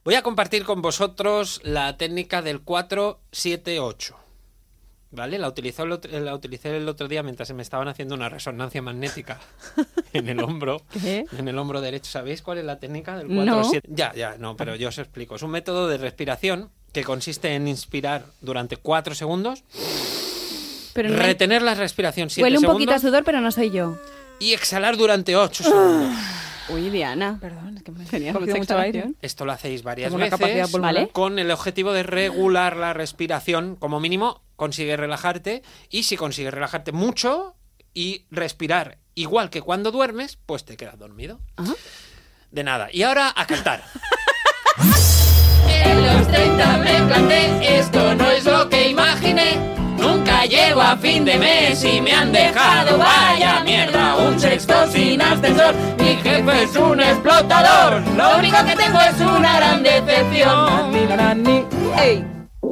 Voy a compartir con vosotros la técnica del 4-7-8. ¿Vale? La utilicé el otro día mientras se me estaban haciendo una resonancia magnética en el hombro. ¿Qué? En el hombro derecho. ¿Sabéis cuál es la técnica del 4-7? No. Pero yo os explico. Es un método de respiración que consiste en inspirar durante 4 segundos, Pero no retener la respiración 7 huele un segundos poquito a sudor, pero no soy yo. y exhalar durante 8 segundos. Uy, Diana. Perdón, es que me Tenías cogido mucha mucho aire. exhalación. Esto lo hacéis varias Tengo una capacidad veces, pulmonar. ¿Vale? con el objetivo de regular la respiración. Como mínimo, consigues relajarte, y si consigues relajarte mucho y respirar igual que cuando duermes, pues te quedas dormido. Ajá. De nada. Y ahora a cantar. En los 30 me planté, esto no es lo que imaginé. Nunca llego a fin de mes y me han dejado, vaya mierda, un sexto sin ascensor. Mi jefe es un explotador, lo único que tengo es una gran decepción. ¡Ey!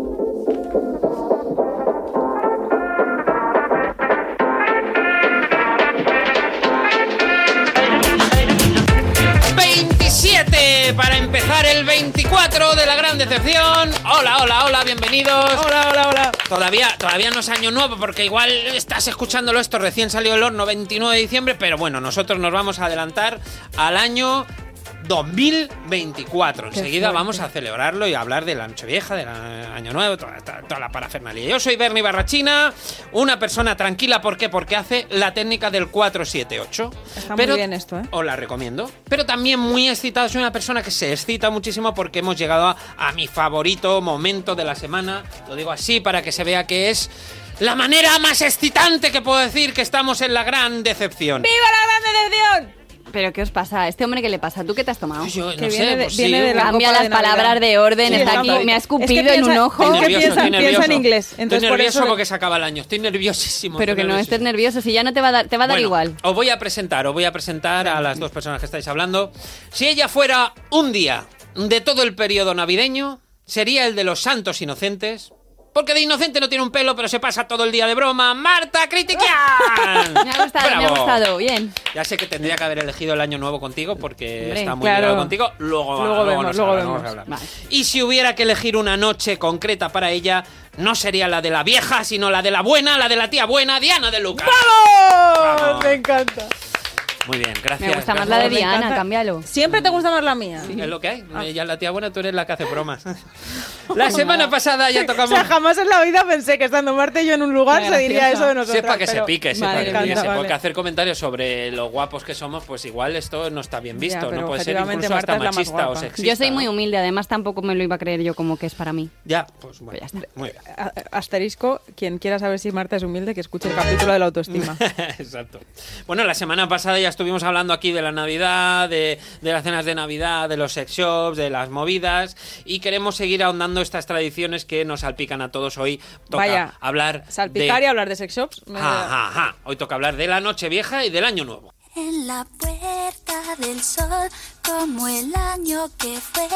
Para empezar el 24 de la gran decepción. Hola, bienvenidos. Hola. Todavía no es año nuevo, porque igual estás escuchándolo, esto recién salió del horno, 29 de diciembre, pero bueno, nosotros nos vamos a adelantar al año 2024. Enseguida vamos a celebrarlo y a hablar de la Nochevieja, del Año Nuevo, toda la parafernalia. Yo soy Berni Barrachina, una persona tranquila. ¿Por qué? Porque hace la técnica del 4-7-8. Está muy bien esto, ¿eh? Os la recomiendo. Pero también muy excitado. Soy una persona que se excita muchísimo porque hemos llegado a mi favorito momento de la semana. Lo digo así para que se vea que es la manera más excitante que puedo decir que estamos en la gran decepción. ¡Viva la gran decepción! ¿Pero qué os pasa? ¿A este hombre qué le pasa? ¿Tú qué te has tomado? Yo no Que sé, pues sí. viene de la Cambia copa las de Navidad. palabras de orden, Sí, está está aquí, bien. me ha Es que escupido en un piensa- ojo. es que piensa en inglés. Estoy Entonces, por nervioso eso- porque se acaba el año. Estoy nerviosísimo. Pero estoy que no estés nerviosísimo. nervioso, si ya no te va a dar Bueno, igual. Os voy a presentar a las dos personas que estáis hablando. Si ella fuera un día de todo el periodo navideño, sería el de los santos inocentes. Porque de inocente no tiene un pelo, pero se pasa todo el día de broma. ¡Marta Critiquian! Me ha gustado, bien. Ya sé que tendría que haber elegido el año nuevo contigo, porque Hombre, está muy claro. ligado contigo. Luego vemos. vamos a hablar. Vale. Y si hubiera que elegir una noche concreta para ella, no sería la de la vieja, sino la de la buena, la de la tía buena, Diana de Lucas. ¡Vamos! Me encanta. Muy bien, gracias. Me gusta más la de Me Diana, encanta. cámbialo. Siempre te gusta más la mía. Es lo que hay. Ella es la tía buena, tú eres la que hace bromas. La semana pasada ya O tocamos... sea, jamás en la vida pensé que estando Marta y yo en un lugar Qué se diría graciosa. eso de nosotros. Sepa que se pique, Vale, me encanta, porque vale. hacer comentarios sobre lo guapos que somos, pues igual esto no está bien visto, Ya, pero no puede ser objetivamente incluso hasta Marta es la más machista o guapa. sexista. Yo soy muy ¿no? humilde, además tampoco me lo iba a creer yo como que es para mí. Ya, pues bueno, Pues ya está. muy bien. Asterisco, quien quiera saber si Marta es humilde, que escuche el capítulo de la autoestima. Exacto. Bueno, la semana pasada ya estuvimos hablando aquí de la Navidad, de las cenas de Navidad, de los sex shops, de las movidas, y queremos seguir ahondando estas tradiciones que nos salpican a todos. Hoy toca Vaya, hablar salpicar de... y hablar de sex shops. Ajá. Hoy toca hablar de la Nochevieja y del Año Nuevo. En la puerta del sol, como el año que fue,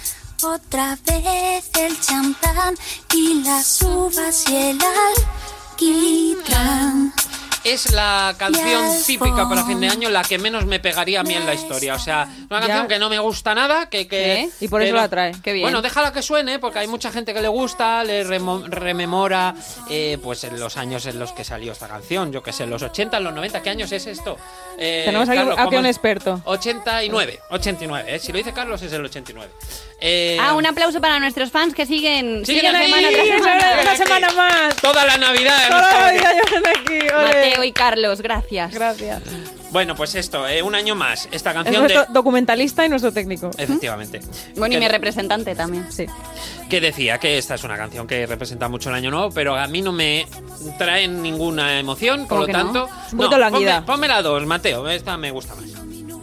otra vez el champán y las uvas y el alquitrán. Es la canción Yes, típica para fin de año, la que menos me pegaría a mí en la historia. O sea, una canción que no me gusta nada, que Y por eso que la trae. Qué bien. Bueno, déjala que suene, porque hay mucha gente que le gusta, le rememora pues en los años en los que salió esta canción. Yo que sé, los 80, en los 90, ¿qué años es esto? Tenemos aquí Carlos, a ¿cómo un es? experto. 89. Si lo dice Carlos es el 89. Un aplauso para nuestros fans que siguen Siguen ahí, semana tras semana. Una semana más. Toda la Navidad. Toda hemos la estado vida llevan aquí. ole. Mateo y Carlos, gracias. Gracias. Bueno, pues esto, un año más. Esta Es canción nuestro documentalista y nuestro técnico. Efectivamente. Bueno, y Que- mi representante también. Sí. que decía que esta es una canción que representa mucho el Año Nuevo, pero a mí no me trae ninguna emoción, por ¿Cómo lo que no? tanto... Es un poquito languida. Ponme la 2, Mateo, esta me gusta más.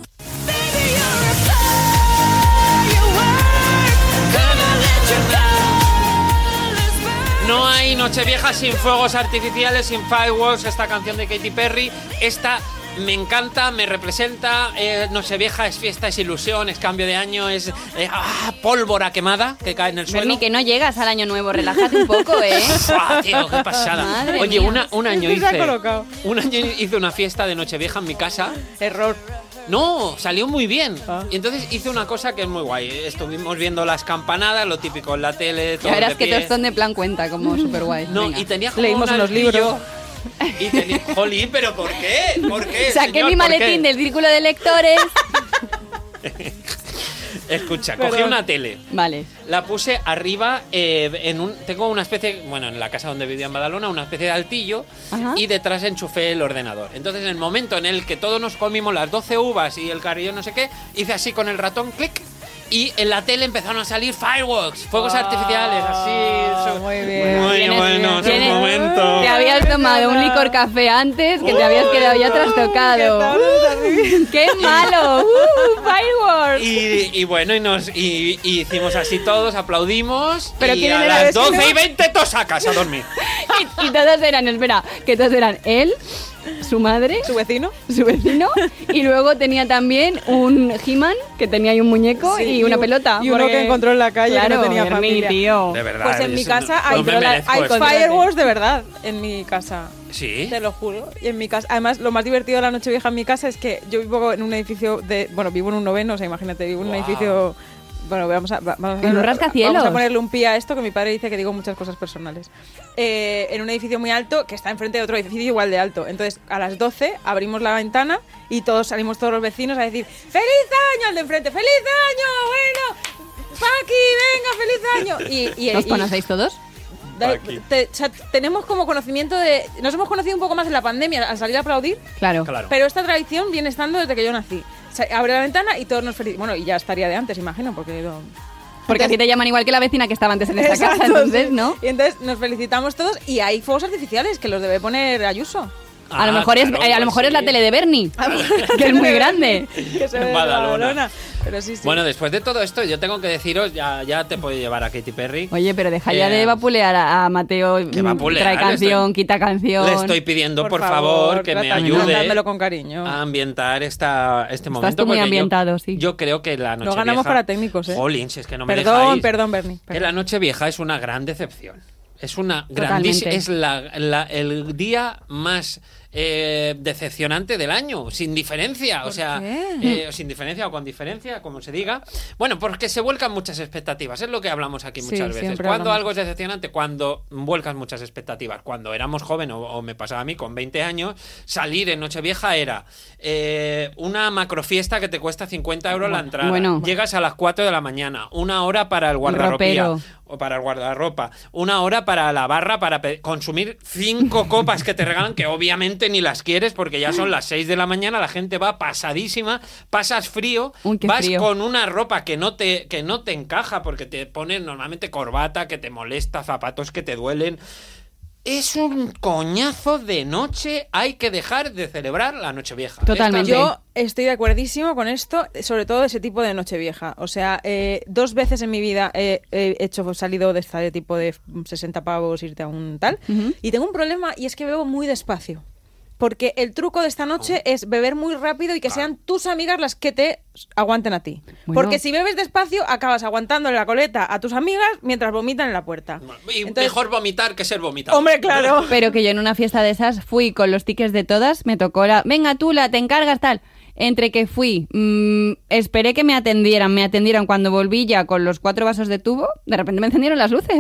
No hay Nochevieja sin fuegos artificiales, sin fireworks, esta canción de Katy Perry. Esta me encanta, me representa. Nochevieja es fiesta, es ilusión, es cambio de año, es pólvora quemada que cae en el suelo. Berni, que no llegas al año nuevo, relájate un poco, ¿eh? ¡Fua, tío, qué pasada! Madre Oye, mía. un año Se ha hice... colocado. Un año hice una fiesta de Nochevieja en mi casa. Error. No, salió muy bien. Ah. Y entonces hice una cosa que es muy guay. Estuvimos viendo las campanadas, lo típico en la tele, Ya todo verás de que pie. Tostón de plan cuenta como súper guay. No, y tenía como Leímos un unos altillo. libros. Y tenía... Jolín, ¿pero por qué? ¿Por qué, Saqué señor? mi ¿Por maletín qué? del círculo de lectores. Escucha, cogí Perdón. una tele. Vale. La puse arriba tengo una especie, bueno, en la casa donde vivía en Badalona, una especie de altillo. Ajá. Y detrás enchufé el ordenador. Entonces, en el momento en el que todos nos comimos las 12 uvas y el carrillo no sé qué, hice así con el ratón, clic. Y en la tele empezaron a salir fireworks, fuegos artificiales, así. eso. Muy bien. Muy Tienes- bueno, es tienes- un momento. Te habías tomado un licor café antes que te habías quedado ya trastocado. ¡Qué malo! ¡Fireworks! Y bueno, y hicimos así todos, aplaudimos. ¿Pero y quién a era las el 12 y 20 todos a casa a dormir. Y todos eran, espera, que todos eran él, su madre, ¿Su vecino? su vecino, y luego tenía también un He-Man, que tenía ahí un muñeco Sí, y una un- pelota. y uno porque- que encontró en la calle que claro, no tenía Hermí, familia. tío. De verdad. Pues en mi eso casa no hay, me merezco hay esto. fireworks de verdad. En mi casa. ¿Sí? Te lo juro. Y en mi casa, además, lo más divertido de la Nochevieja en mi casa es que yo vivo en un edificio de, bueno, vivo en un noveno, o sea, imagínate, vivo en un Wow. edificio, bueno, vamos a En un rascacielos. Vamos a ponerle un pie a esto, que mi padre dice que digo muchas cosas personales. En un edificio muy alto que está enfrente de otro edificio igual de alto. Entonces, a las 12 abrimos la ventana y salimos todos los vecinos a decir ¡Feliz año! Al de enfrente, ¡Feliz año! Bueno, Paqui, venga, feliz año. ¿Os conocéis todos? O sea, tenemos como conocimiento de... Nos hemos conocido un poco más en la pandemia al salir a aplaudir, Claro. Claro. pero esta tradición viene estando desde que yo nací. O sea, abre la ventana y todos nos felicitamos. Bueno, y ya estaría de antes, imagino, porque... Porque a ti te llaman igual que la vecina que estaba antes en esta casa, Exacto, entonces, sí. ¿no? Y entonces nos felicitamos todos y hay fuegos artificiales que los debe poner Ayuso. A lo mejor es, claro, a lo mejor es la sí. tele de Bernie, que es muy grande. Que se ve de Badalona. Badalona. Pero sí, sí. Bueno, después de todo esto, yo tengo que deciros, ya te puedo llevar a Katy Perry. Oye, pero deja ya Eh, de vapulear a Mateo. que vapulear, Trae le canción, estoy- quita canción. Le estoy pidiendo, por favor, que me ayude Tratádmelo con cariño. a ambientar este momento. tú muy porque ambientado, sí. Yo creo que la Nochevieja... ganamos para técnicos, ¿eh? Jolín, si es que no me Perdón, dejáis. perdón, Bernie. Que la Nochevieja es una gran decepción. Es una grandísima... Totalmente. Es el día más decepcionante del año, sin diferencia. O sea, sin diferencia o con diferencia, como se diga. Bueno, porque se vuelcan muchas expectativas. Es lo que hablamos aquí Sí, muchas veces. siempre Cuando hablamos. algo es decepcionante, cuando vuelcas muchas expectativas. Cuando éramos jóvenes, o me pasaba a mí con 20 años, salir en Nochevieja era una macrofiesta que te cuesta 50 euros la entrada. Bueno. Llegas a las 4 de la mañana, una hora para el guardarropía ropero. o para el guardarropa, una hora para la barra para consumir 5 copas que te regalan, que obviamente ni las quieres porque ya son las 6 de la mañana, la gente va pasadísima, pasas frío, Uy, qué vas frío. con una ropa que no te encaja porque te pones normalmente corbata que te molesta, zapatos que te duelen. Es un coñazo de noche, hay que dejar de celebrar la Nochevieja. Totalmente. Yo estoy de acuerdísimo con esto, sobre todo ese tipo de Nochevieja. O sea, 2 veces en mi vida he salido de este tipo de 60 pavos, irte a un tal. Ujú. Y tengo un problema y es que bebo muy despacio. Porque el truco de esta noche es beber muy rápido y que sean tus amigas las que te aguanten a ti. Bueno. Porque si bebes despacio, acabas aguantándole la coleta a tus amigas mientras vomitan en la puerta. Y Entonces, mejor vomitar que ser vomitado. hombre, claro. Pero que yo en una fiesta de esas fui con los tickets de todas, me tocó venga tú, te encargas tal. Entre que fui, esperé que me atendieran cuando volví ya con los 4 vasos de tubo, de repente me encendieron las luces.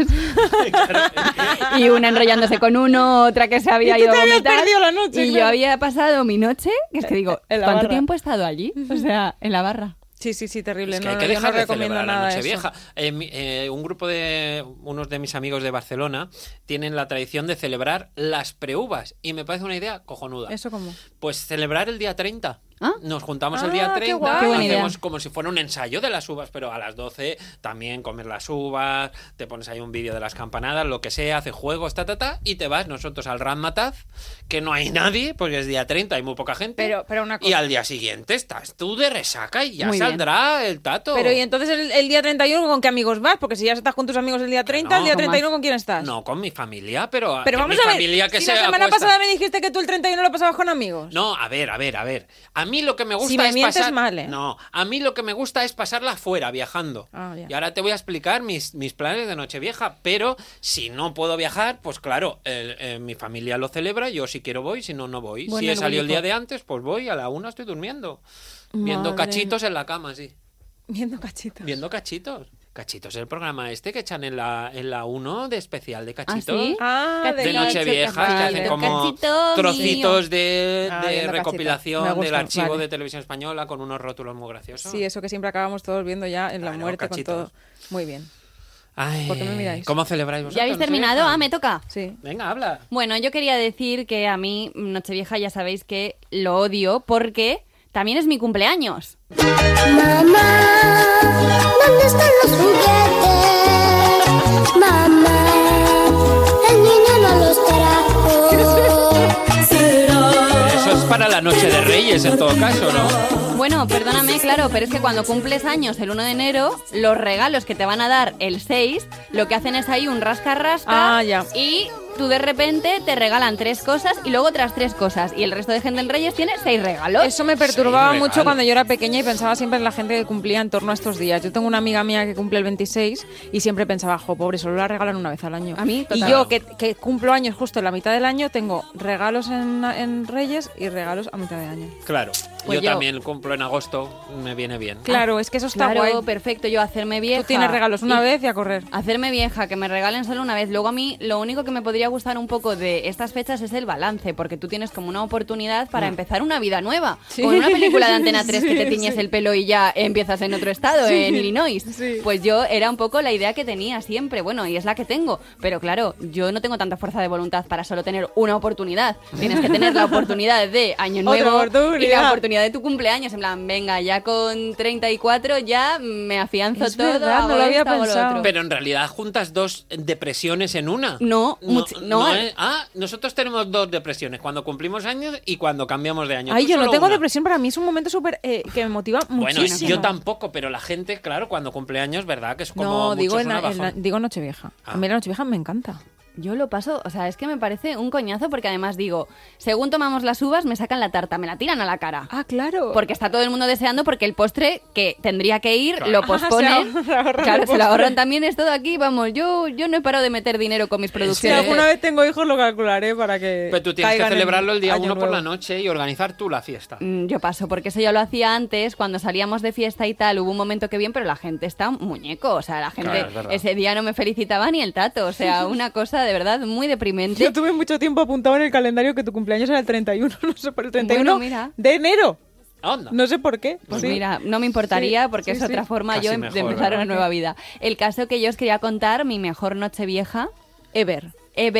Y una enrollándose con uno, otra que se había Y tú ido a te habías vomitar. perdido la noche, y yo claro. había pasado mi noche, que es que digo, En la ¿cuánto barra. tiempo he estado allí? O sea, en la barra. Sí, sí, sí, terrible. Es que No, hay que yo dejar no de recomiendo celebrar la nada Nochevieja. eso. Un grupo de unos de mis amigos de Barcelona tienen la tradición de celebrar las preuvas y me parece una idea cojonuda. ¿Eso cómo? Pues celebrar el día 30. ¿Ah? Nos juntamos el Ah, día qué 30, guay. Qué buena idea. hacemos como si fuera un ensayo de las uvas, pero a las 12 también comer las uvas, te pones ahí un vídeo de las campanadas, lo que sea, hace juegos, y te vas nosotros al Ramataz, que no hay nadie, porque es día 30, hay muy poca gente. Pero una cosa. Y al día siguiente estás tú de resaca y ya Muy bien. saldrá el tato. Pero y entonces el día 31 ¿con qué amigos vas? Porque si ya estás con tus amigos el día 30, no, el día con 31 más. ¿con quién estás? No, con mi familia, pero Pero que vamos mi a ver, familia que si se la semana acuesta. pasada me dijiste que tú el 31 lo pasabas con amigos. No, a ver. A mí lo que me gusta Si me es mientes pasar... mal, ¿eh? No, a mí lo que me gusta es pasarla fuera, viajando. Ah, ya. Y ahora te voy a explicar mis planes de Nochevieja. Pero si no puedo viajar, pues claro, mi familia lo celebra, yo si quiero voy, si no, no voy. Bueno, si he el salido el bonito. día de antes, pues voy, a la 1 estoy durmiendo. Viendo Madre cachitos en la cama, sí. Viendo cachitos. Viendo cachitos. Cachitos es el programa este que echan en la 1 de especial de ¿Ah, cachitos. sí? Ah, De Cachito, Nocheviejas, que vale. hacen como Cachito trocitos de viendo recopilación cachito. Me del gusta, archivo vale. de Televisión Española con unos rótulos muy graciosos. Sí, eso que siempre acabamos todos viendo ya en la Claro, muerte cachitos. con todo. Muy bien. Ay, ¿Por qué me miráis? ¿Cómo celebráis vosotros? ¿Ya habéis terminado? Ah, me toca. Sí. Venga, habla. Bueno, yo quería decir que a mí Nochevieja ya sabéis que lo odio porque también es mi cumpleaños. Mamá, ¿dónde están los juguetes? Mamá, el niño no los trajo. Eso es para la noche de Reyes, en todo caso, ¿no? Bueno, perdóname, claro, pero es que cuando cumples años el 1 de enero, los regalos que te van a dar el 6, lo que hacen es ahí un rasca-rasca Ah, ya. y tú de repente te regalan 3 cosas y luego otras 3 cosas. Y el resto de gente en Reyes tiene 6 regalos. Eso me perturbaba Sí, mucho regalo. cuando yo era pequeña y pensaba siempre en la gente que cumplía en torno a estos días. Yo tengo una amiga mía que cumple el 26 y siempre pensaba, jo, pobre, solo la regalan una vez al año. A mí, Y total. yo, que cumplo años justo en la mitad del año, tengo regalos en Reyes y regalos a mitad de año. Claro. Pues yo yo- también cumplo en agosto, me viene bien. Claro, es que eso está Claro, guay. perfecto, yo hacerme vieja. Tú tienes regalos una y vez y a correr. Hacerme vieja, que me regalen solo una vez. Luego a mí lo único que me podría gustar un poco de estas fechas es el balance, porque tú tienes como una oportunidad para empezar una vida nueva. Sí. Con una película de Antena 3 que te Sí, tiñes sí. el pelo y ya empiezas en otro estado, en Illinois. Sí. Pues yo era un poco la idea que tenía siempre, bueno, y es la que tengo. Pero claro, yo no tengo tanta fuerza de voluntad para solo tener una oportunidad. Tienes que tener la oportunidad de Año Otra Nuevo y oportunidad. la oportunidad de tu cumpleaños. En plan, venga, ya con 34 ya me afianzo Es todo, verdad, hago no lo había esto, hago lo pensado. otro. Pero en realidad juntas 2 depresiones en una. No, no. Nosotros tenemos 2 depresiones, cuando cumplimos años y cuando cambiamos de año. Ay, Tú yo no solo tengo una. depresión, para mí es un momento súper que me motiva Bueno, muchísimo. yo tampoco, pero la gente, claro, cuando cumple años, ¿verdad? Que es como No, muchos digo, una bajón. digo Nochevieja. Ah. A mí la Nochevieja me encanta. Yo lo paso, o sea, es que me parece un coñazo porque además digo, según tomamos las uvas me sacan la tarta, me la tiran a la cara. Ah, claro. Porque está todo el mundo deseando porque el postre que tendría que ir Claro. lo posponen. Se ahorran el Claro, se postre. lo ahorran también, es todo aquí, vamos, yo no he parado de meter dinero con mis Si producciones. alguna vez tengo hijos lo calcularé para que Pero tú tienes que caigan en celebrarlo el día Año 1 por Nuevo. la noche y organizar tú la fiesta. Yo paso, porque eso ya lo hacía antes, cuando salíamos de fiesta y tal, hubo un momento que bien, pero la gente está muñeco, o sea, la gente Claro, es verdad. ese día no me felicitaba ni el tato, o sea, una cosa de verdad muy deprimente. Yo tuve mucho tiempo apuntado en el calendario que tu cumpleaños era el 31, no sé por el 31 Bueno, mira. de enero. Onda. No sé por qué. Pues Sí. mira, no me importaría Sí, porque sí, es sí. otra forma Casi yo de mejor, empezar ¿verdad? una nueva vida. El caso que yo os quería contar, mi mejor noche vieja, Ever.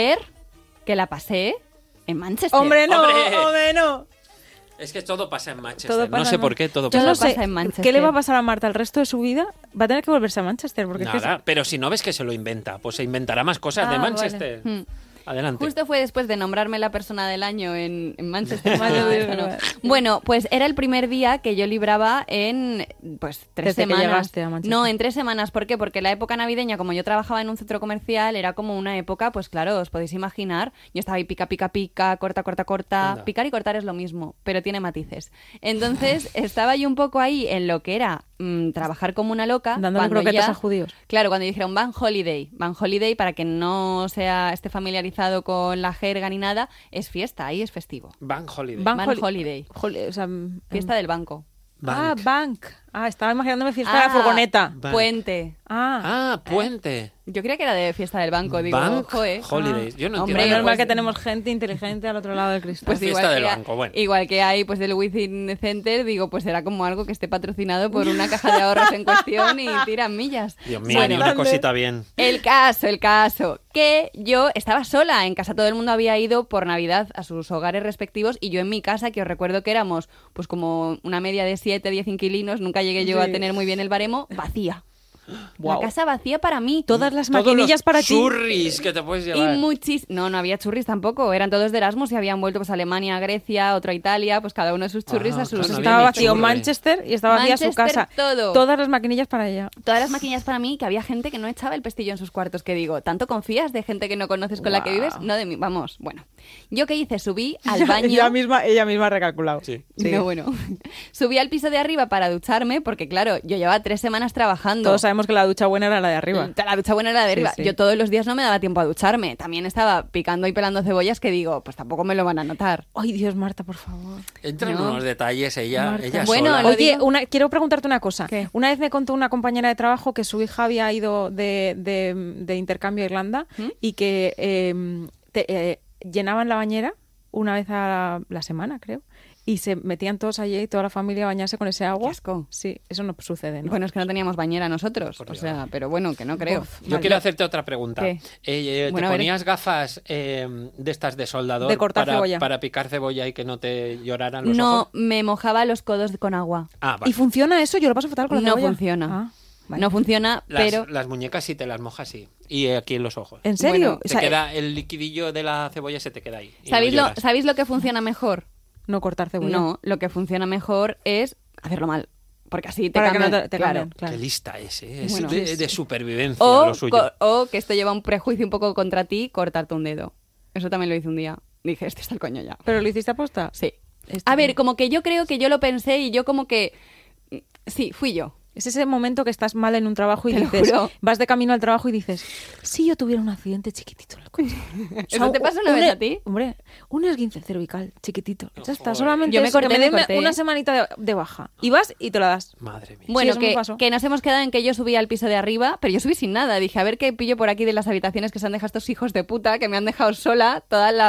que la pasé en Manchester. Hombre, no, ¡Hombre! hombre, no. Es que todo pasa en Manchester. Todo No pasa sé en por qué, todo Yo pasa. Todo no sé pasa en Manchester. qué le va a pasar a Marta el resto de su vida. Va a tener que volverse a Manchester porque es que Nada, pero si no ves que se lo inventa, pues se inventará más cosas de Ah, Manchester. Hmm. Adelante. Justo fue después de nombrarme la persona del año en Manchester. Madre No, mía. eso no. Bueno, pues era el primer día que yo libraba en pues 3 Desde que semanas. llegaste a Manchester. No, en 3 semanas. ¿Por qué? Porque la época navideña, como yo trabajaba en un centro comercial, era como una época, pues claro, os podéis imaginar. Yo estaba ahí pica, pica, pica, corta, corta, corta. Anda. Picar y cortar es lo mismo, pero tiene matices. Entonces, estaba yo un poco ahí en lo que era trabajar como una loca. dándole cuando croquetas ya- a judíos. Claro, cuando dijeron Van Holiday, para que no esté familiarizado con la jerga ni nada, es fiesta, ahí es festivo. Bank Holiday. Bank Van Holi- Holiday, O sea, fiesta del banco. Ah, Bank. bank. Ah, estaba imaginándome fiesta de la furgoneta. Bank. Puente. Ah, Ah, puente. Yo creía que era de fiesta del banco, digo, Bank ojo, Holidays. Yo no Hombre, entiendo. menos mal pues- que tenemos gente inteligente al otro lado del cristal. Pues fiesta igual del que, banco, bueno. igual que hay pues del Within Center, digo, pues será como algo que esté patrocinado por una caja de ahorros en cuestión y tiran millas. Dios mío, Bueno, ni una cosita bien. El caso, que yo estaba sola en casa, todo el mundo había ido por Navidad a sus hogares respectivos y yo en mi casa, que os recuerdo que éramos pues como una media de 7, 10 inquilinos, nunca llegué yo a Sí. tener muy bien el baremo, vacía. Guau. La casa vacía para mí. Todas las Todos maquinillas los para ti. churris que te puedes llevar. Y no había churris tampoco, eran todos de Erasmus y habían vuelto pues a Alemania, a Grecia, otro a Italia, pues cada uno de sus churris Ah, a sus... claro, no había Estaba ni vacío churri. Manchester y estaba vacía su Manchester, casa. todo. Todas las maquinillas para ella. Todas las maquinillas para mí, que había gente que no echaba el pestillo en sus cuartos, que digo, ¿tanto confías de gente que no conoces con la que Guau. vives? No de mí, vamos, bueno. ¿Yo qué hice? Subí al baño... ella misma ha recalculado. Sí. No, bueno. Subí al piso de arriba para ducharme porque, claro, yo llevaba 3 semanas trabajando. Todos sabemos sabíamos que la ducha buena era la de arriba. La ducha buena era la de arriba. Sí. Yo todos los días no me daba tiempo a ducharme. También estaba picando y pelando cebollas que digo, pues tampoco me lo van a notar. Ay, Dios, Marta, por favor. Entra en No. unos detalles ella Marta. Bueno, sola. lo Oye, digo. quiero preguntarte una cosa. ¿Qué? Una vez me contó una compañera de trabajo que su hija había ido de intercambio a Irlanda y que llenaban la bañera una vez a la semana, creo, y se metían todos allí y toda la familia a bañarse con ese agua. Qué asco. Sí, eso no sucede, ¿no? Bueno, es que no teníamos bañera nosotros. Por O Dios. sea, pero bueno, que no creo. Uf. Yo Vale. quiero hacerte otra pregunta. ¿Qué? ¿Te Bueno, a ver. ponías gafas de estas de soldador De cortar cebolla. para picar cebolla y que no te lloraran los No, ojos? me mojaba los codos con agua. Ah, vale. ¿Y funciona eso? Yo lo paso fatal con la No cebolla. funciona. Ah, vale. No funciona, pero... Las muñecas sí te las mojas, sí. Y aquí en los ojos. ¿En serio? Bueno, O sea, Te queda el liquidillo de la cebolla, se te queda ahí. y ¿Sabéis, no lo, lloras. ¿Sabéis lo que funciona mejor? no cortar cebolla. No, lo que funciona mejor es hacerlo mal. Porque así te Para que cambian. no te claro. cambien, claro. Qué lista es, ¿eh? Es Bueno, de supervivencia O, lo suyo. o que esto lleva un prejuicio un poco contra ti, cortarte un dedo. Eso también lo hice un día. Dije, este está el coño ya. ¿Pero lo hiciste aposta? Sí. Esto A ver, no. como que yo creo que yo lo pensé y yo como que... Sí, fui yo. Es ese momento que estás mal en un trabajo y Te lo dices, juro. vas de camino al trabajo y dices, si yo tuviera un accidente chiquitito en el coche. ¿Eso te pasa una vez a ti? Hombre, un esguince cervical chiquitito. Ya está, Joder. solamente Yo me eso, corté, que me me den corté. una semanita de baja. Y vas y te la das. Madre mía. Bueno, eso me pasó. que nos hemos quedado en que yo subí al piso de arriba, pero yo subí sin nada. Dije, a ver qué pillo por aquí de las habitaciones que se han dejado estos hijos de puta, que me han dejado sola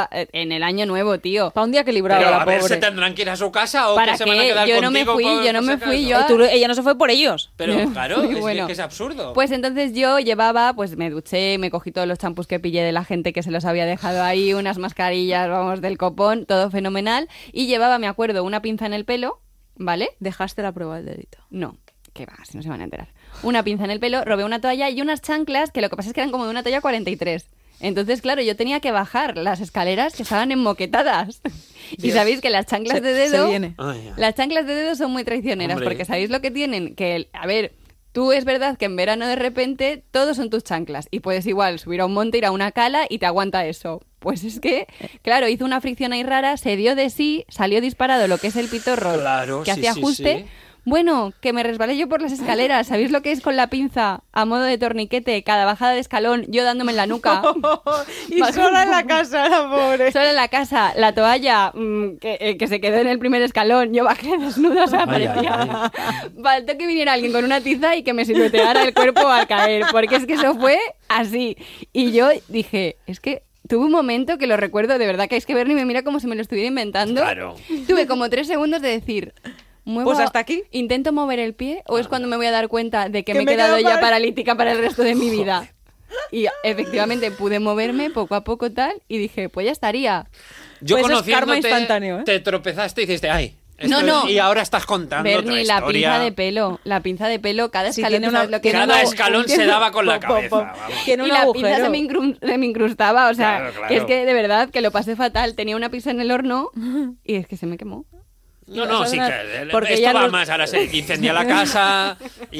en el año nuevo, tío. Para un día que libraba Pero la a ver, pobre. ¿se tendrán que ir a su casa o ¿Para que se van a qué? quedar Yo no me contigo fui, por- yo no por me si fui, acaso? yo- Ella no se fue por ellos. Pero claro, Muy es bueno. que es absurdo. Pues entonces yo llevaba, pues me duché, me cogí todos los champús que pillé de la gente que se los había dejado ahí, unas mascarillas, vamos, del copón, todo fenomenal. Y llevaba, me acuerdo, una pinza en el pelo, ¿vale? Dejaste la prueba del dedito. No, que va, si no se van a enterar. Una pinza en el pelo, robé una toalla y unas chanclas que lo que pasa es que eran como de una talla 43. Entonces, claro, yo tenía que bajar las escaleras que estaban enmoquetadas. Y Dios. sabéis que las chanclas Se- de dedo... se viene. Ay, ya. Las chanclas de dedo son muy traicioneras Hombre. porque ¿sabéis lo que tienen? Que, a ver, tú es verdad que en verano de repente todos son tus chanclas y puedes igual subir a un monte, ir a una cala y te aguanta eso. Pues es que, claro, hizo una fricción ahí rara, se dio de sí, salió disparado lo que es el pitorro Claro, que sí, hacía sí, ajuste. sí. Bueno, que me resbalé yo por las escaleras. ¿Sabéis lo que es con la pinza a modo de torniquete? Cada bajada de escalón, yo dándome en la nuca. Y Bajando. sola en la casa, la pobre. Sola en la casa, la toalla que se quedó en el primer escalón, yo bajé desnuda, o sea, Ay, ay, parecía... Faltó que viniera alguien con una tiza y que me silueteara el cuerpo al caer, porque es que eso fue así. Y yo dije, es que tuve un momento que lo recuerdo, de verdad, que es que Bernie me mira como si me lo estuviera inventando. Claro. Tuve como 3 segundos de decir... ¿muevo- Pues hasta aquí. ¿Intento mover el pie o es cuando me voy a dar cuenta de que me he me he quedado quedado ya paralítica para el resto de mi vida? Y efectivamente pude moverme poco a poco tal y dije, pues ya estaría. Yo Pues es conociéndote, karma instantáneo, ¿eh? te tropezaste y dijiste, ay. No, esto no. es- Y ahora estás contando Bernie, otra la historia. pinza de pelo, cada Sí, escalón, tiene ¿tú sabes una- lo que tiene es? Cada una- escalón se daba con la Pom, pom, cabeza. pom. vamos. Tiene Y un la agujero. pinza se me incrustaba, o sea, Claro, claro. que es que de verdad que lo pasé fatal. Tenía una pizza en el horno y es que se me quemó. No, no, sí Porque que ella esto va no- más. Ahora se incendia la casa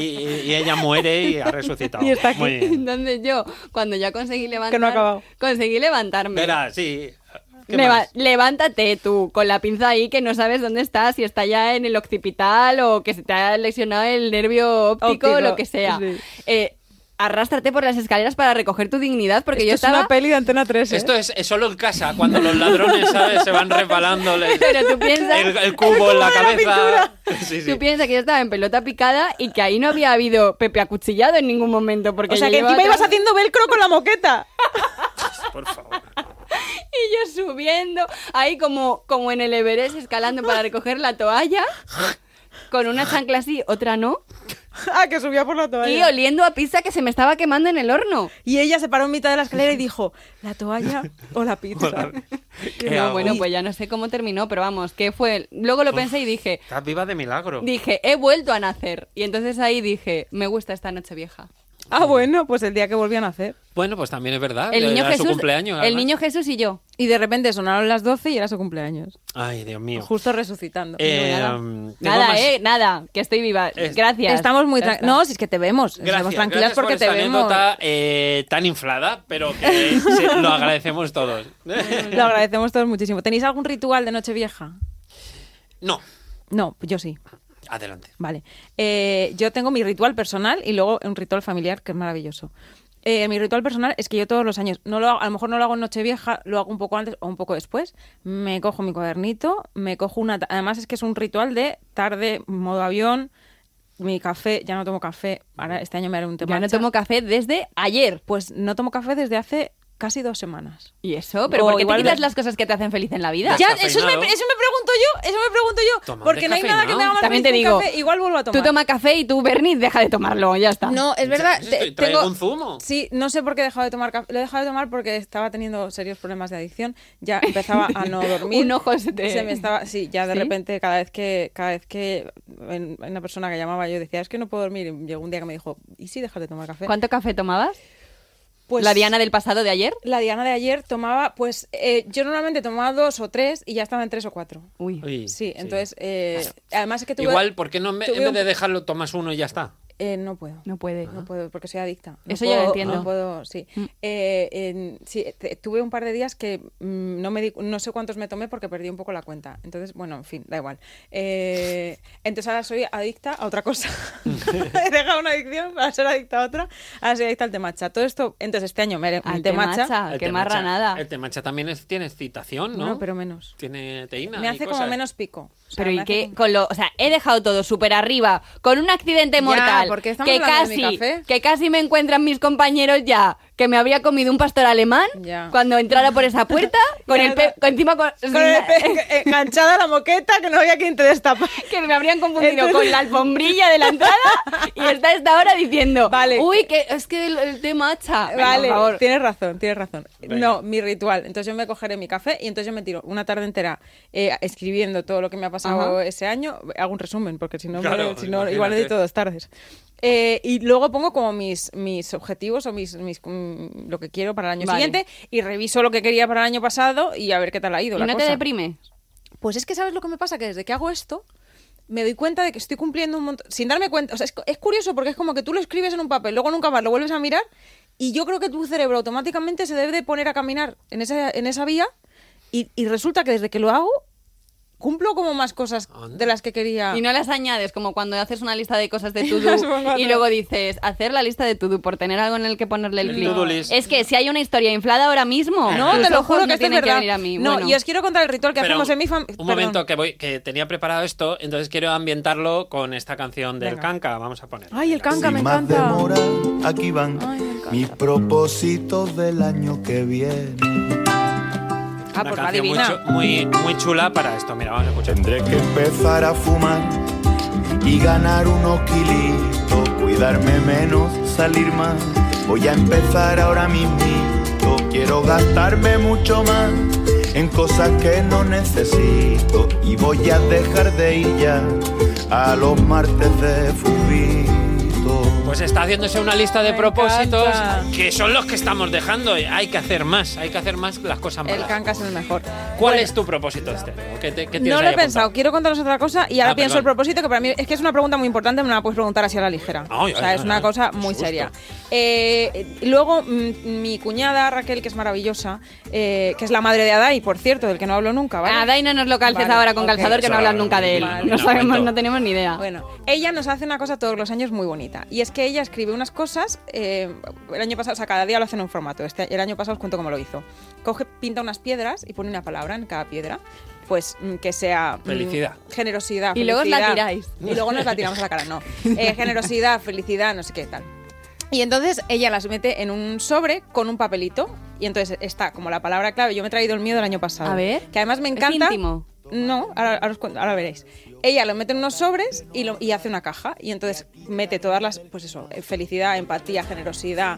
y ella muere y ha resucitado. Y está aquí. Muy bien. Entonces yo, cuando ya conseguí levantar, Que no ha acabado. conseguí levantarme. Verá, sí. ¿Qué más? Levántate tú, con la pinza ahí que no sabes dónde estás, si está ya en el occipital o que se te ha lesionado el nervio óptico o Óptico, lo que sea. sí. Arrástrate por las escaleras para recoger tu dignidad, porque Esto yo es estaba... una peli de Antena 3, ¿eh? Esto es solo en casa, cuando los ladrones, ¿sabes? Se van resbalando Pero tú piensas... el cubo en la de la cabeza. Sí, sí. Tú piensas que yo estaba en pelota picada y que ahí no había habido Pepe acuchillado en ningún momento. Porque O sea, yo que llevaba encima ibas todo- haciendo velcro con la moqueta. Por favor. Y yo subiendo, ahí como en el Everest, escalando para recoger la toalla, con una chancla así, otra no, Ah, que subía por la toalla. y oliendo a pizza que se me estaba quemando en el horno. Y ella se paró en mitad de la escalera y dijo, ¿la toalla o la pizza? ¿Qué No, hago? bueno, pues ya no sé cómo terminó, pero vamos, ¿qué fue? Luego lo pensé y dije, Estás viva de milagro. he vuelto a nacer. Y entonces ahí dije, me gusta esta noche vieja. Ah, bueno, pues el día que volvían a hacer. Bueno, pues también es verdad. El niño era su Jesús, cumpleaños. el además. niño Jesús y yo. Y de repente sonaron las 12 y era su cumpleaños. Ay, Dios mío. Justo resucitando. Tengo Nada, más- nada, que estoy viva. Es- Gracias. Estamos muy Ya está. tranquilos. No, si es que te vemos. Gracias, Estamos tranquilas gracias porque por te esta vemos. anécdota tan inflada, pero que lo agradecemos todos. Lo agradecemos todos muchísimo. ¿Tenéis algún ritual de Nochevieja? No. No, yo sí. Adelante. Vale. Yo tengo mi ritual personal y luego un ritual familiar que es maravilloso. Mi ritual personal es que yo todos los años, a lo mejor no lo hago en Nochevieja, lo hago un poco antes o un poco después, me cojo mi cuadernito, me cojo además es que es un ritual de tarde, modo avión, mi café, ya no tomo café, ahora este año me haré un té Ya no matcha. tomo café desde ayer. Pues no tomo café desde hace casi 2 semanas. ¿Y eso? ¿Pero O por qué te igual quitas de- las cosas que te hacen feliz en la vida? Ya, Descafeinado. eso me pregunto yo, Toma un porque no hay nada que me haga más También te feliz que un digo, café, igual vuelvo a tomar. Tú toma café y tú, Bernie, deja de tomarlo, ya está. No, es verdad. Traigo un zumo. Sí, no sé por qué he dejado de tomar café. Lo he dejado de tomar porque estaba teniendo serios problemas de adicción. Ya empezaba a no dormir. Un ojo se te... me estaba, sí, ya de ¿Sí? repente cada vez que una persona que llamaba yo decía, es que no puedo dormir, y llegó un día que me dijo, ¿y si dejas de tomar café? ¿Cuánto café tomabas? Pues ¿La Diana del pasado de ayer? la Diana de ayer tomaba, pues yo normalmente tomaba 2 o 3 y ya estaba en 3 o 4. Uy. Uy, Sí, entonces además es que tuve, Igual, ¿por qué no en tuve vez un- de dejarlo tomas uno y ya está? no puedo. No puede. No puedo, porque soy adicta. No Eso ya lo puedo- entiendo. No puedo, sí. Sí, tuve un par de días que no sé cuántos me tomé porque perdí un poco la cuenta. Entonces, bueno, en fin, da igual. Entonces ahora soy adicta a otra cosa. He dejado una adicción para ser adicta a otra. Ahora soy adicta al té matcha. Todo esto, entonces este año me haré un Al té té matcha. matcha. El Qué té marranada. matcha- El té matcha también tiene excitación, ¿no? No, pero menos. Tiene teína. Me y hace como cosas. menos pico. O sea, Pero me ¿y hace qué? como- Con lo, o sea, he dejado todo súper arriba, con un accidente Ya, mortal, porque estamos que hablando de mi casi, café. que casi me encuentran mis compañeros ya, que me habría comido un pastor alemán Ya. cuando entrara por esa puerta, con Ya el está. encima Con enganchada a la moqueta que no había quien te destapa. que me habrían confundido Entonces- con la alfombrilla de la entrada y está a esta hora diciendo, Vale. uy, que es que el té matcha. Venga, Vale, por favor. tienes razón. Venga. No, mi ritual. Entonces yo me cogeré mi café y entonces yo me tiro una tarde entera escribiendo todo lo que me ha pasado Ajá. ese año. Hago un resumen, porque si no, Claro, igual imagínate. necesito 2 tardes. Y luego pongo como mis objetivos o lo que quiero para el año Vale. siguiente y reviso lo que quería para el año pasado y a ver qué tal ha ido ¿Y la no te cosa. deprime? Pues es que ¿sabes lo que me pasa? Que desde que hago esto me doy cuenta de que estoy cumpliendo un montón, sin darme cuenta. O sea, es curioso porque es como que tú lo escribes en un papel, luego nunca más lo vuelves a mirar y yo creo que tu cerebro automáticamente se debe de poner a caminar en esa vía y resulta que desde que lo hago cumplo como más cosas Anda. de las que quería. Y no las añades, como cuando haces una lista de cosas de Las to-do pongo a y hacer. luego dices, hacer la lista de to-do por tener algo en el que ponerle el El clic. to-do list. Es que si hay una historia inflada ahora mismo, No, tus te lo ojos juro no que esto es tienen verdad. venir a mí. No, Bueno. y os quiero contar el ritual que Pero hacemos en mi familia. Un momento, que tenía preparado esto, entonces quiero ambientar lo con esta canción del Venga. Canca. Vamos a poner. Ay, el canca, me Sin más encanta. demora, aquí van Ay, me encanta. mis propósitos del año que viene. Ah, Una pues la canción adivina. muy chula para esto. Mira, vamos a escuchar. Tendré que empezar a fumar y ganar unos kilitos, cuidarme menos, salir más. Voy a empezar ahora mismito, quiero gastarme mucho más en cosas que no necesito y voy a dejar de ir ya a los martes de fubito. Pues está haciéndose una lista de Me propósitos encanta. que son los que estamos dejando. Hay que hacer más las cosas El malas. canca es el mejor. ¿Cuál Bueno, es tu propósito este? ¿Qué tienes No lo ahí he apuntado? pensado, quiero contaros otra cosa y ahora Ah, pienso perdón. el propósito, que para mí es que es una pregunta muy importante, me la puedes preguntar así a la ligera. Ay, O sea, ay, es ay, una ay, cosa qué muy susto. seria. Luego, mi cuñada Raquel, que es maravillosa, que es la madre de Adai, por cierto, del que no hablo nunca, ¿vale? Ah, Dai, no nos lo calces Vale, ahora con ok. calzador, que no Eso, hablas nunca de él. vale. No No sabemos, cuento. no tenemos ni idea. Bueno, ella nos hace una cosa todos los años muy bonita. Y es que ella escribe unas cosas. El año pasado, o sea, cada día lo hace en un formato. El año pasado os cuento cómo lo hizo. Pinta unas piedras y pone una palabra en cada piedra. Pues que sea. Felicidad. Generosidad. Y luego os la felicidad. tiráis. Y luego nos la tiramos a la cara, no. Generosidad, felicidad, no sé qué tal. Y entonces ella las mete en un sobre con un papelito. Y entonces está como la palabra clave. Yo me he traído el mío del año pasado. A ver. Que además me ¿Es encanta. íntimo? No, ahora os cuento, ahora veréis. Ella lo mete en unos sobres y hace una caja. Y entonces mete todas las, pues eso, felicidad, empatía, generosidad,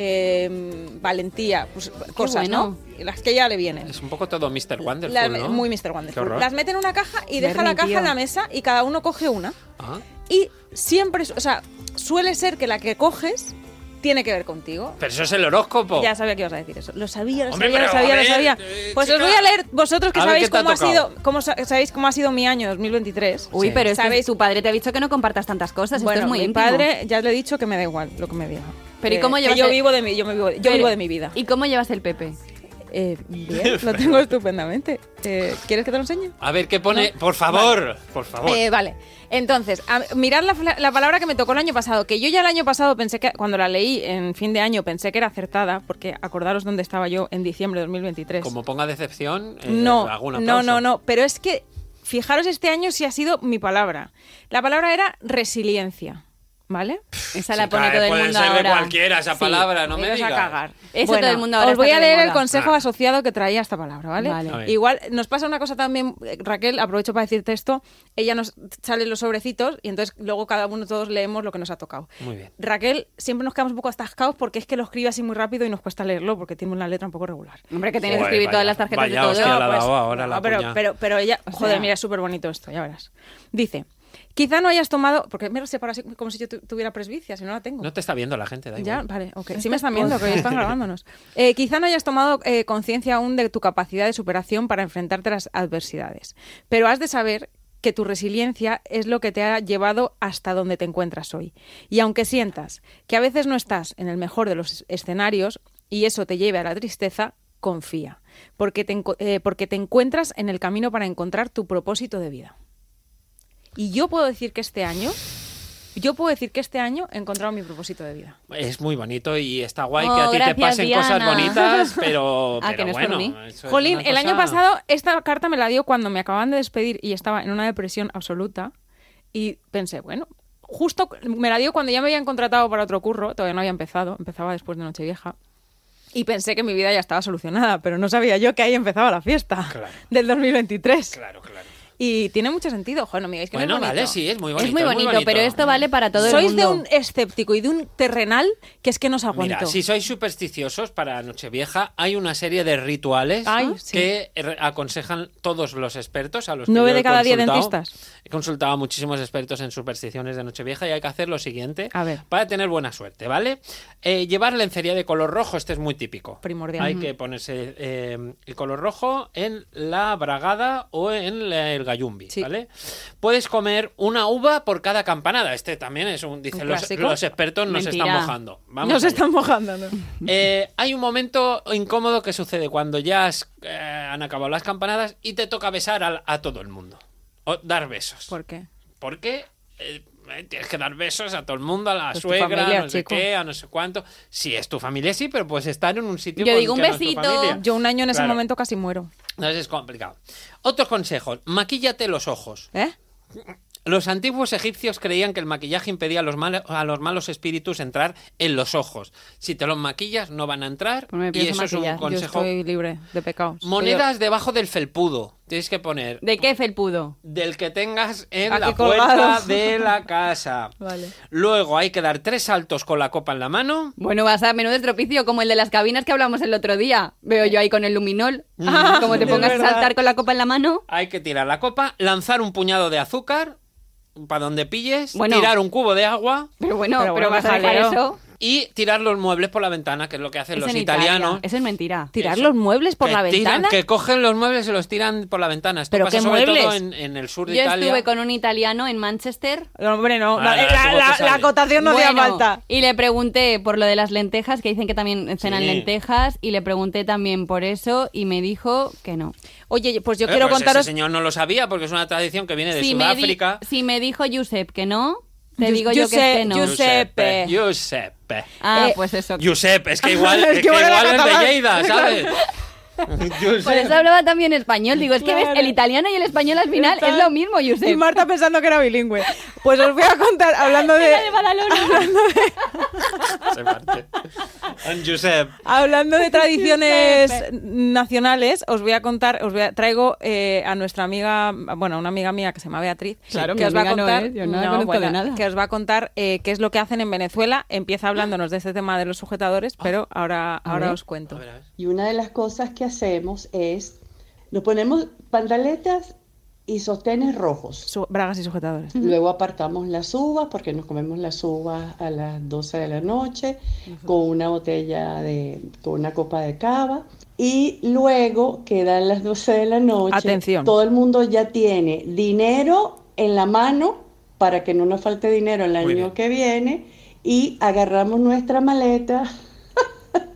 valentía, pues cosas, bueno. ¿no? Las que a ella le vienen. Es un poco todo Mr. Wonderful, ¿no? Muy Mr. Qué Wonderful. horror. Las mete en una caja y deja Bernie, la caja tío. en la mesa y cada uno coge una. Ah. Y siempre, o sea, suele ser que la que coges tiene que ver contigo. Pero eso es el horóscopo. Ya sabía que ibas a decir eso. Lo sabía, Hombre, lo pero, sabía. a ver, Pues os chica. voy a leer vosotros que A ver, sabéis ¿qué te ha cómo ha tocado? sido, sabéis cómo ha sido mi año 2023. Uy, Sí. pero es que ¿Sabéis? tu padre te ha dicho que no compartas tantas cosas. Bueno, esto es muy mi íntimo. padre ya le he dicho que me da igual lo que me diga. Pero ¿y cómo Que llevas yo el- vivo de mi, yo vivo de mi vida. ¿Y cómo llevas el Pepe? Bien, lo tengo estupendamente. ¿Quieres que te lo enseñe? A ver, ¿qué pone? ¿No? Por favor, vale. Por favor. Vale, entonces, mirad la palabra que me tocó el año pasado, que yo ya el año pasado pensé que, cuando la leí en fin de año, pensé que era acertada, porque acordaros dónde estaba yo en diciembre de 2023. Como ponga decepción, no, algún aplauso. No, pero es que, fijaros este año sí ha sido mi palabra. La palabra era resiliencia. ¿Vale? Esa la pone todo el mundo ahora. Puede ser de cualquiera esa palabra, no me digas. A cagar. Eso todo el mundo ahora. Os voy a leer el consejo asociado que traía esta palabra, ¿vale? Vale. Igual nos pasa una cosa también, Raquel, aprovecho para decirte esto, ella nos sale los sobrecitos y entonces luego cada uno todos leemos lo que nos ha tocado. Muy bien. Raquel, siempre nos quedamos un poco atascados porque es que lo escribe así muy rápido y nos cuesta leerlo porque tiene una letra un poco regular. Hombre, que tienes que escribir todas las tarjetas de todo. Pero ella, joder, mira, es súper bonito esto, ya verás. Dice... Quizá no hayas tomado... Porque me lo separo así como si yo tuviera presbicia, si no la tengo. No te está viendo la gente, da igual. Ya, vale, ok. Sí me están viendo, que hoy están grabándonos. Quizá no hayas tomado conciencia aún de tu capacidad de superación para enfrentarte a las adversidades. Pero has de saber que tu resiliencia es lo que te ha llevado hasta donde te encuentras hoy. Y aunque sientas que a veces no estás en el mejor de los escenarios y eso te lleve a la tristeza, confía. Porque te encuentras en el camino para encontrar tu propósito de vida. Y yo puedo decir que este año he encontrado mi propósito de vida. Es muy bonito y está guay que a ti te pasen cosas bonitas, pero que no bueno. Jolín, el año pasado esta carta me la dio cuando me acababan de despedir y estaba en una depresión absoluta y pensé, bueno, justo me la dio cuando ya me habían contratado para otro curro, todavía no había empezado, empezaba después de Nochevieja. Y pensé que mi vida ya estaba solucionada, pero no sabía yo que ahí empezaba la fiesta del 2023. Claro. Y tiene mucho sentido. Joder, no me digáis que bueno, no es bonito. Vale, sí, es muy bonito. Es muy bonito, pero esto vale para todo el mundo. Sois de un escéptico y de un terrenal que es que no os aguanto. Mira, si sois supersticiosos para Nochevieja, hay una serie de rituales que aconsejan todos los expertos a los que 9 de cada 10 dentistas. He consultado a muchísimos expertos en supersticiones de Nochevieja y hay que hacer lo siguiente para tener buena suerte, ¿vale? Llevar lencería de color rojo, este es muy típico. Primordial. Hay que ponerse el color rojo en la bragada o en el gallumbi, ¿vale? Puedes comer una uva por cada campanada. Este también es dicen los expertos, nos están mojando. Están mojando, ¿no? Hay un momento incómodo que sucede cuando ya han acabado las campanadas y te toca besar a todo el mundo. O dar besos. ¿Por qué? Porque tienes que dar besos a todo el mundo, a la pues suegra, familia, no sé chico. qué, a no sé cuánto. Si es tu familia, sí, pero puedes estar en un sitio yo digo un que no es tu besito. familia. Yo un año en ese momento casi muero. Entonces es complicado. Otros consejos. Maquíllate los ojos. ¿Eh? Los antiguos egipcios creían que el maquillaje impedía a los malos espíritus entrar en los ojos. Si te los maquillas, no van a entrar. Pues y eso es un consejo. Yo estoy libre de pecados. Monedas debajo del felpudo. Tienes que poner... ¿De qué felpudo? Del que tengas en Aquí la colgado. puerta de la casa. Vale. Luego hay que dar 3 saltos con la copa en la mano. Bueno, vas a menudo estropicio, como el de las cabinas que hablamos el otro día. Veo yo ahí con el luminol. Como te pongas a saltar con la copa en la mano. Hay que tirar la copa, lanzar un puñado de azúcar para donde pilles, bueno, tirar un cubo de agua. Pero vas a dejar eso. Y tirar los muebles por la ventana, que es lo que hacen los italianos. Eso es mentira. ¿Tirar los muebles por la ventana? Que cogen los muebles y los tiran por la ventana. Esto ¿Pero pasa qué sobre muebles? todo en el sur de Yo Italia. estuve con un italiano en Manchester. No, hombre, no. Vale, La acotación no hacía falta. Y le pregunté por lo de las lentejas, que dicen que también cenan lentejas, y le pregunté también por eso, y me dijo que no. Oye, pues yo quiero pues contaros... Ese señor no lo sabía, porque es una tradición que viene de Si Sudáfrica. si me dijo Josep que no, te digo yo que es que no. Giuseppe. Giuseppe. Pues eso. Giuseppe, es que igual Es es, que que igual igual era es de catalán. Lleida, ¿sabes? Por eso hablaba también español. Digo, es que ves, el italiano y el español al final es lo mismo, Josep. Y Marta pensando que era bilingüe. Pues os voy a contar, hablando de... Se parte. Josep. Hablando de tradiciones nacionales, os voy a contar, traigo a nuestra amiga, bueno, una amiga mía que se llama Beatriz, Claro, que mi os va a amiga no contar, es, yo no la conozco de nada. que os va a contar qué es lo que hacen en Venezuela. Empieza hablándonos de este tema de los sujetadores, pero ahora os cuento. A ver. Y una de las cosas que hacemos es, nos ponemos pantaletas y sostenes rojos. Bragas y sujetadores. Luego apartamos las uvas, porque nos comemos las uvas a las 12 de la noche, con una con una copa de cava. Y luego quedan las 12 de la noche. Atención. Todo el mundo ya tiene dinero en la mano, para que no nos falte dinero el Muy año bien. que viene, y agarramos nuestra maleta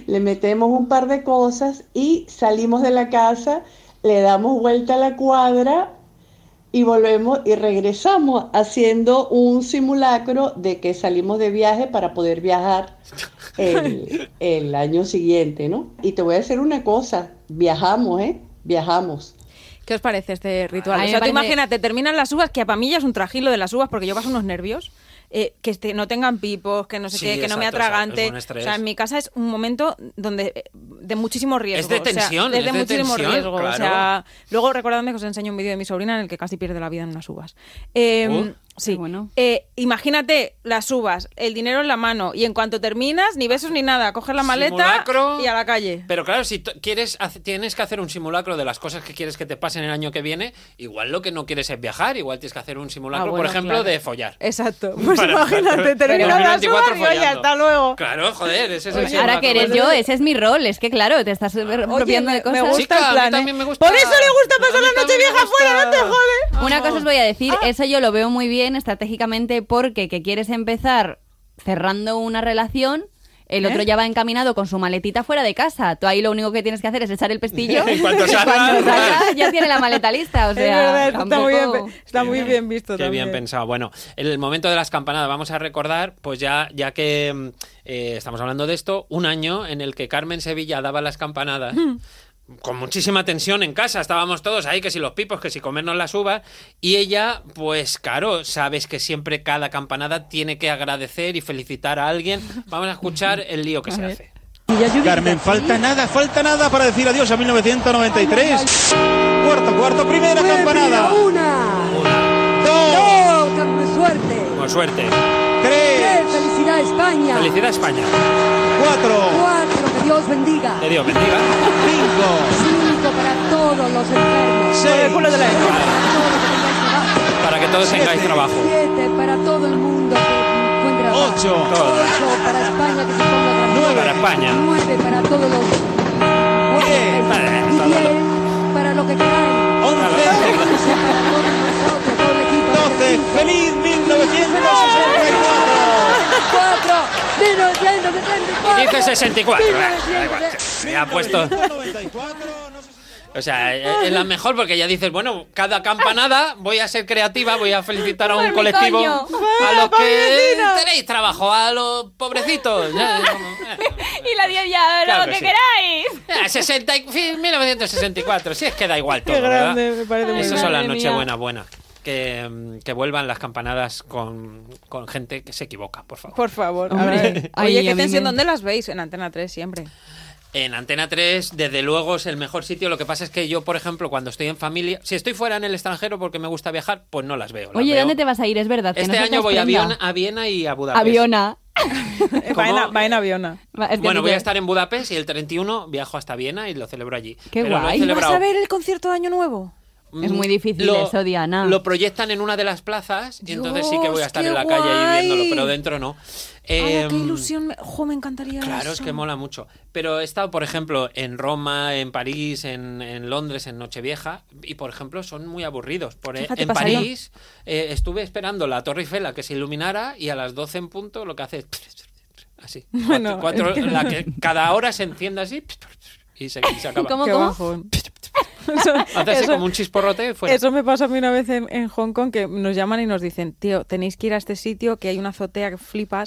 le metemos un par de cosas y salimos de la casa, le damos vuelta a la cuadra y volvemos y regresamos haciendo un simulacro de que salimos de viaje para poder viajar el año siguiente, ¿no? Y te voy a decir una cosa, viajamos, viajamos. ¿Qué os parece este ritual? A O mí sea, me tú parece- imagínate, terminan las uvas, que para mí ya es un trajín lo de las uvas, porque yo paso unos nervios, que no tengan pipos, que no sé Sí, qué, que no me exacto, atragante. es un estrés. O sea, en mi casa es un momento donde de muchísimo riesgo. Es de tensión, o sea, es de muchísimo tensión, riesgo. claro. O sea, luego recordadme que os enseño un vídeo de mi sobrina en el que casi pierde la vida en unas uvas. Sí, Qué bueno. Imagínate las uvas, el dinero en la mano, y en cuanto terminas, ni besos ni nada, coges la maleta Simulacro. y a la calle. Pero claro, si tienes que hacer un simulacro de las cosas que quieres que te pasen el año que viene, igual lo que no quieres es viajar, igual tienes que hacer un simulacro, Bueno, por ejemplo, claro. de follar. Exacto. Pues Para- imagínate, terminas las 2024 uvas y oye, follando. hasta luego. Claro, joder, ese es el Ahora simulacro. que eres yo, ese es mi rol. Es que claro, te estás apropiando de me cosas. gusta Chica, el a mí plan, también me gusta. Por eso le gusta A pasar mí la noche también me vieja gusta. fuera, no te jode. Una cosa os voy a decir, eso yo lo veo muy bien estratégicamente porque que quieres empezar cerrando una relación, el otro ya va encaminado con su maletita fuera de casa. Tú ahí lo único que tienes que hacer es echar el pestillo. En cuanto y salga, cuando salga, ya tiene la maleta lista. O Es sea, verdad, está tampoco- muy bien, está muy bien visto Qué también. bien pensado. Bueno, en el momento de las campanadas vamos a recordar, pues ya que estamos hablando de esto, un año en el que Carmen Sevilla daba las campanadas. Con muchísima tensión en casa, estábamos todos ahí, que si los pipos, que si comernos las uvas, y ella, pues claro, sabes que siempre cada campanada tiene que agradecer y felicitar a alguien. Vamos a escuchar el lío que se hace. Carmen, falta nada para decir adiós a 1993. Cuarto, primera campanada. Dos, Con suerte. tres, ¡Felicidad España! Felicidad España. cuatro, 4, que Dios bendiga. Que Dios bendiga. cinco, 5 para todos los enfermos. seis, Para que todos tengáis trabajo. 7 para todo el mundo que encuentra trabajo. ocho, 8 para España que se ponga tranquila. Para España. 9 para todos los... Y 10 para lo que queráis. 11, Para todos nosotros, todo el equipo. 12. ¡Feliz 1964! 4, 1974. Dice 64. Da igual. Me ha puesto. 94, no sé si... O sea, es la mejor porque ya dices, bueno, cada campanada voy a ser creativa, voy a felicitar a un Por mi colectivo, coño. a los que tenéis trabajo, a los pobrecitos. Y la 10 ya, Claro lo que que sí. queráis. 1964, si es que da igual todo, Qué grande, ¿verdad? me parece muy Esas bien. son las Madre Nochebuena buenas. Que vuelvan las campanadas con gente que se equivoca, por favor. Por favor. Hombre. A ver. Ay, Oye, a qué mí tensión. me- ¿Dónde las veis? En Antena 3 siempre. En Antena 3, desde luego, es el mejor sitio. Lo que pasa es que yo, por ejemplo, cuando estoy en familia, si estoy fuera en el extranjero porque me gusta viajar, pues no las veo. Las Oye, veo. ¿dónde te vas a ir? Es verdad. que Este no se te año voy a desprenda. Viena y a Budapest. Aviona. Va en aviona. Es que Bueno, voy dice- a estar en Budapest y el 31 viajo hasta Viena y lo celebro allí. Qué Pero lo he guay. ¿Y vas celebrado- a ver el concierto de Año Nuevo? Es muy difícil eso, Diana. Lo proyectan en una de las plazas y entonces sí que voy a estar Dios, en la qué calle ahí guay. viéndolo, pero dentro no. ¡Ay, qué ilusión! Me encantaría Claro, eso. es que mola mucho. Pero he estado, por ejemplo, en Roma, en París, en Londres, en Nochevieja, y por ejemplo son muy aburridos. Fíjate, En pasaría. París estuve esperando la Torre Eiffel a que se iluminara y a las 12 en punto lo que hace es así. Bueno, es que- la que cada hora se enciende así y se acaba. ¿Cómo, Qué cómo? bajón. Eso- Hace así eso- como un chisporrote y fuera. Eso me pasó a mí una vez en Hong Kong, que nos llaman y nos dicen, tío, tenéis que ir a este sitio, que hay una azotea que flipas,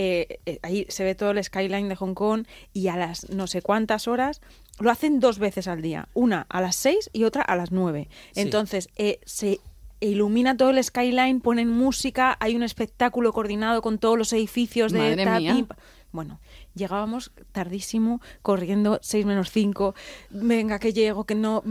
ahí se ve todo el skyline de Hong Kong y a las no sé cuántas horas lo hacen 2 veces al día, una a las 6 y otra a las 9. Sí. Entonces, se ilumina todo el skyline, ponen música, hay un espectáculo coordinado con todos los edificios de Madre mía. Bueno, llegábamos tardísimo, corriendo 6 menos 5. Venga, que llego, que no.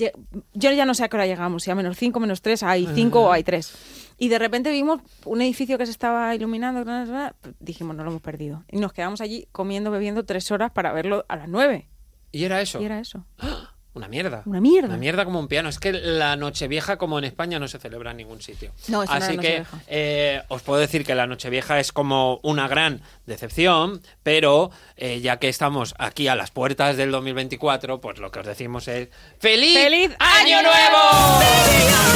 Yo ya no sé a qué hora llegamos, si a menos 5, menos 3, hay 5 o hay 3. Y de repente vimos un edificio que se estaba iluminando. Dijimos, no lo hemos perdido. Y nos quedamos allí comiendo, bebiendo 3 horas para verlo a las 9. Y era eso. Y era eso. Una mierda. Una mierda. Una mierda como un piano. Es que la Nochevieja, como en España, no se celebra en ningún sitio. No, eso no Así era que Nochevieja. os puedo decir que la Nochevieja es como una gran decepción, pero ya que estamos aquí a las puertas del 2024, pues lo que os decimos es ¡Feliz, ¡Feliz Año Año Nuevo! Nuevo!